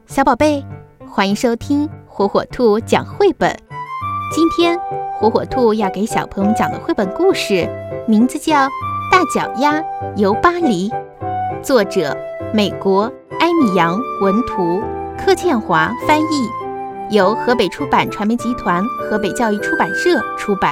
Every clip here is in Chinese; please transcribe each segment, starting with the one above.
小宝贝，欢迎收听火火兔讲绘本。今天火火兔要给小朋友们讲的绘本故事名字叫《大脚丫游巴黎》，作者美国埃米扬文图，柯倩华翻译，由河北出版传媒集团河北教育出版社出版。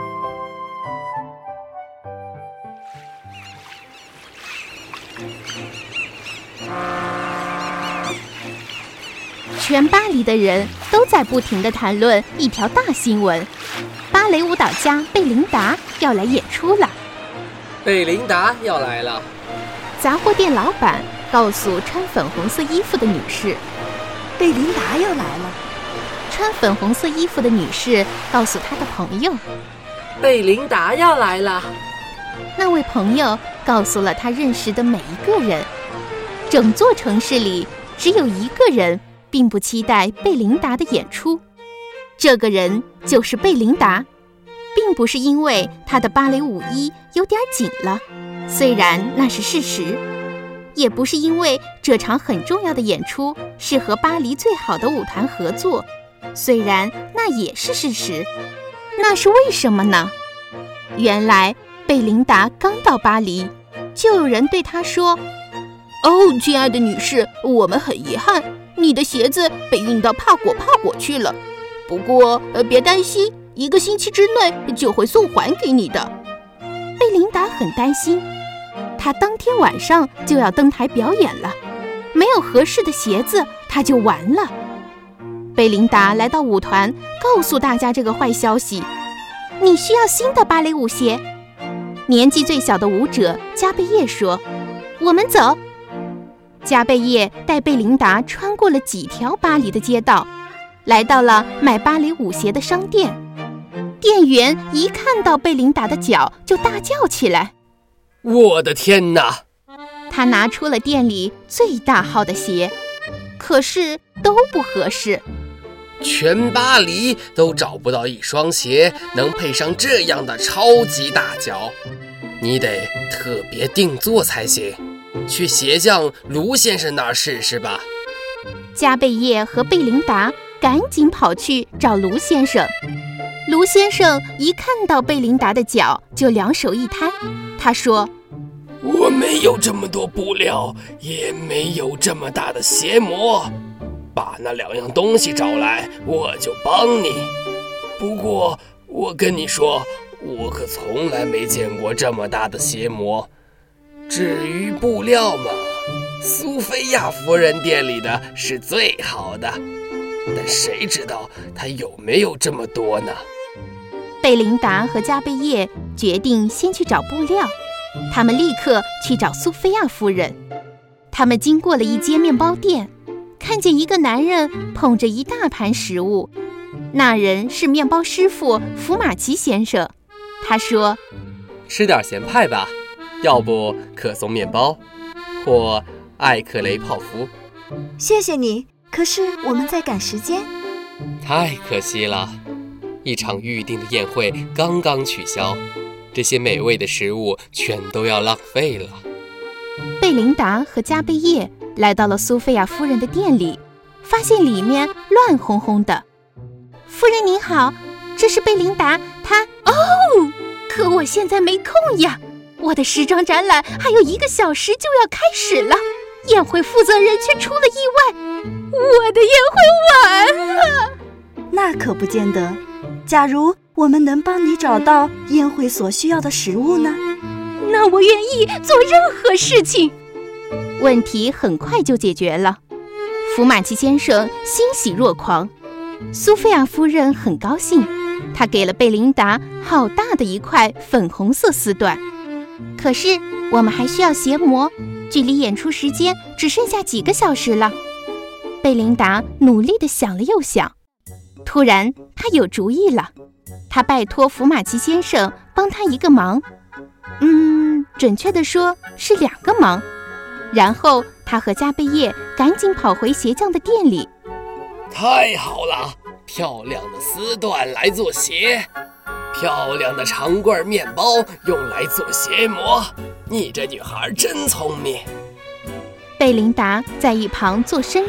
全巴黎的人都在不停地谈论一条大新闻：芭蕾舞蹈家贝琳达要来演出了。 贝琳达要来了。 杂货店老板告诉穿粉红色衣服的女士， 贝琳达要来了。 穿粉红色衣服的女士告诉她的朋友， 贝琳达要来了。 那位朋友告诉了他认识的每一个人。整座城市里只有一个人并不期待贝琳达的演出，这个人就是贝琳达，并不是因为她的芭蕾舞衣有点紧了，虽然那是事实，也不是因为这场很重要的演出是和巴黎最好的舞团合作，虽然那也是事实。那是为什么呢？原来贝琳达刚到巴黎，就有人对她说：哦，亲爱的女士，我们很遗憾，你的鞋子被运到帕果去了。不过别担心，1个星期之内就会送还给你的。贝琳达很担心，她当天晚上就要登台表演了，没有合适的鞋子，她就完了。贝琳达来到舞团，告诉大家这个坏消息：你需要新的芭蕾舞鞋。年纪最小的舞者加贝叶说：我们走。加贝叶带贝琳达穿过了几条巴黎的街道，来到了卖芭蕾舞鞋的商店。店员一看到贝琳达的脚就大叫起来： 我的天哪！ 他拿出了店里最大号的鞋，可是都不合适。 全巴黎都找不到一双鞋能配上这样的超级大脚，你得特别定做才行。去鞋匠卢先生那儿试试吧。 加贝叶和贝琳达赶紧跑去找卢先生。卢先生一看到贝琳达的脚就两手一摊，他说： 我没有这么多布料，也没有这么大的鞋模，把那2样东西找来，我就帮你。不过我跟你说，我可从来没见过这么大的鞋模。至于布料嘛，苏菲亚夫人店里的是最好的，但谁知道她有没有这么多呢？ 贝琳达和加贝叶决定先去找布料，他们立刻去找苏菲亚夫人。他们经过了一间面包店，看见一个男人捧着一大盘食物，那人是面包师傅福马奇先生。他说： 吃点咸派吧，要不可颂面包或艾克雷泡芙。 谢谢你，可是我们在赶时间。 太可惜了，一场预定的宴会刚刚取消，这些美味的食物全都要浪费了。 贝琳达和加贝叶来到了苏菲亚夫人的店里，发现里面乱哄哄的。夫人您好，这是贝琳达，她……可我现在没空呀，我的时装展览还有1个小时就要开始了，宴会负责人却出了意外，我的宴会完了。 那可不见得，假如我们能帮你找到宴会所需要的食物呢？ 那我愿意做任何事情。问题很快就解决了，福马奇先生欣喜若狂，苏菲亚夫人很高兴，她给了贝琳达好大的一块粉红色丝缎。可是我们还需要鞋模，距离演出时间只剩下几个小时了。贝琳达努力地想了又想，突然她有主意了。她拜托福马奇先生帮她一个忙，准确地说是2个忙。然后她和加贝叶赶紧跑回鞋匠的店里。 太好了，漂亮的丝缎来做鞋，漂亮的长棍面包用来做鞋模，你这女孩真聪明。 贝琳达在一旁做伸展，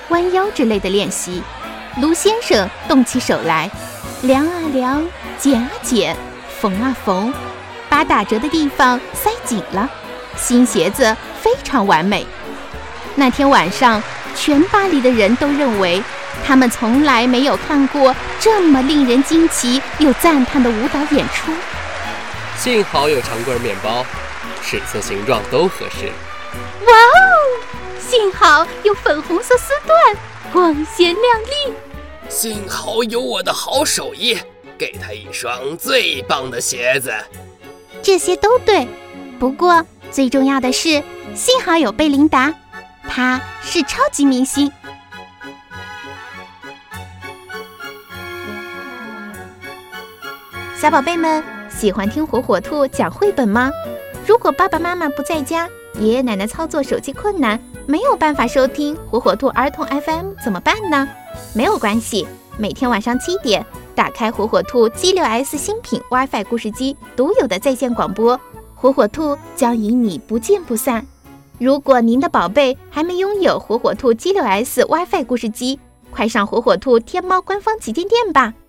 弯腰之类的练习。卢先生动起手来，量啊量，剪啊剪，缝啊缝，把打折的地方塞紧了，新鞋子非常完美。那天晚上，全巴黎的人都认为他们从来没有看过这么令人惊奇又赞叹的舞蹈演出。 幸好有长棍面包，尺寸形状都合适。 哇哦！幸好有粉红色丝缎，光鲜亮丽。 幸好有我的好手艺，给他一双最棒的鞋子。 这些都对，不过最重要的是，幸好有贝琳达，她是超级明星。小宝贝们，喜欢听火火兔讲绘本吗？如果爸爸妈妈不在家，爷爷奶奶操作手机困难，没有办法收听火火兔儿童 FM 怎么办呢？没有关系，每天晚上7点，打开火火兔 G6S 新品 WiFi 故事机独有的在线广播，火火兔将与你不见不散。如果您的宝贝还没拥有火火兔 G6S WiFi 故事机，快上火火兔天猫官方旗舰店吧。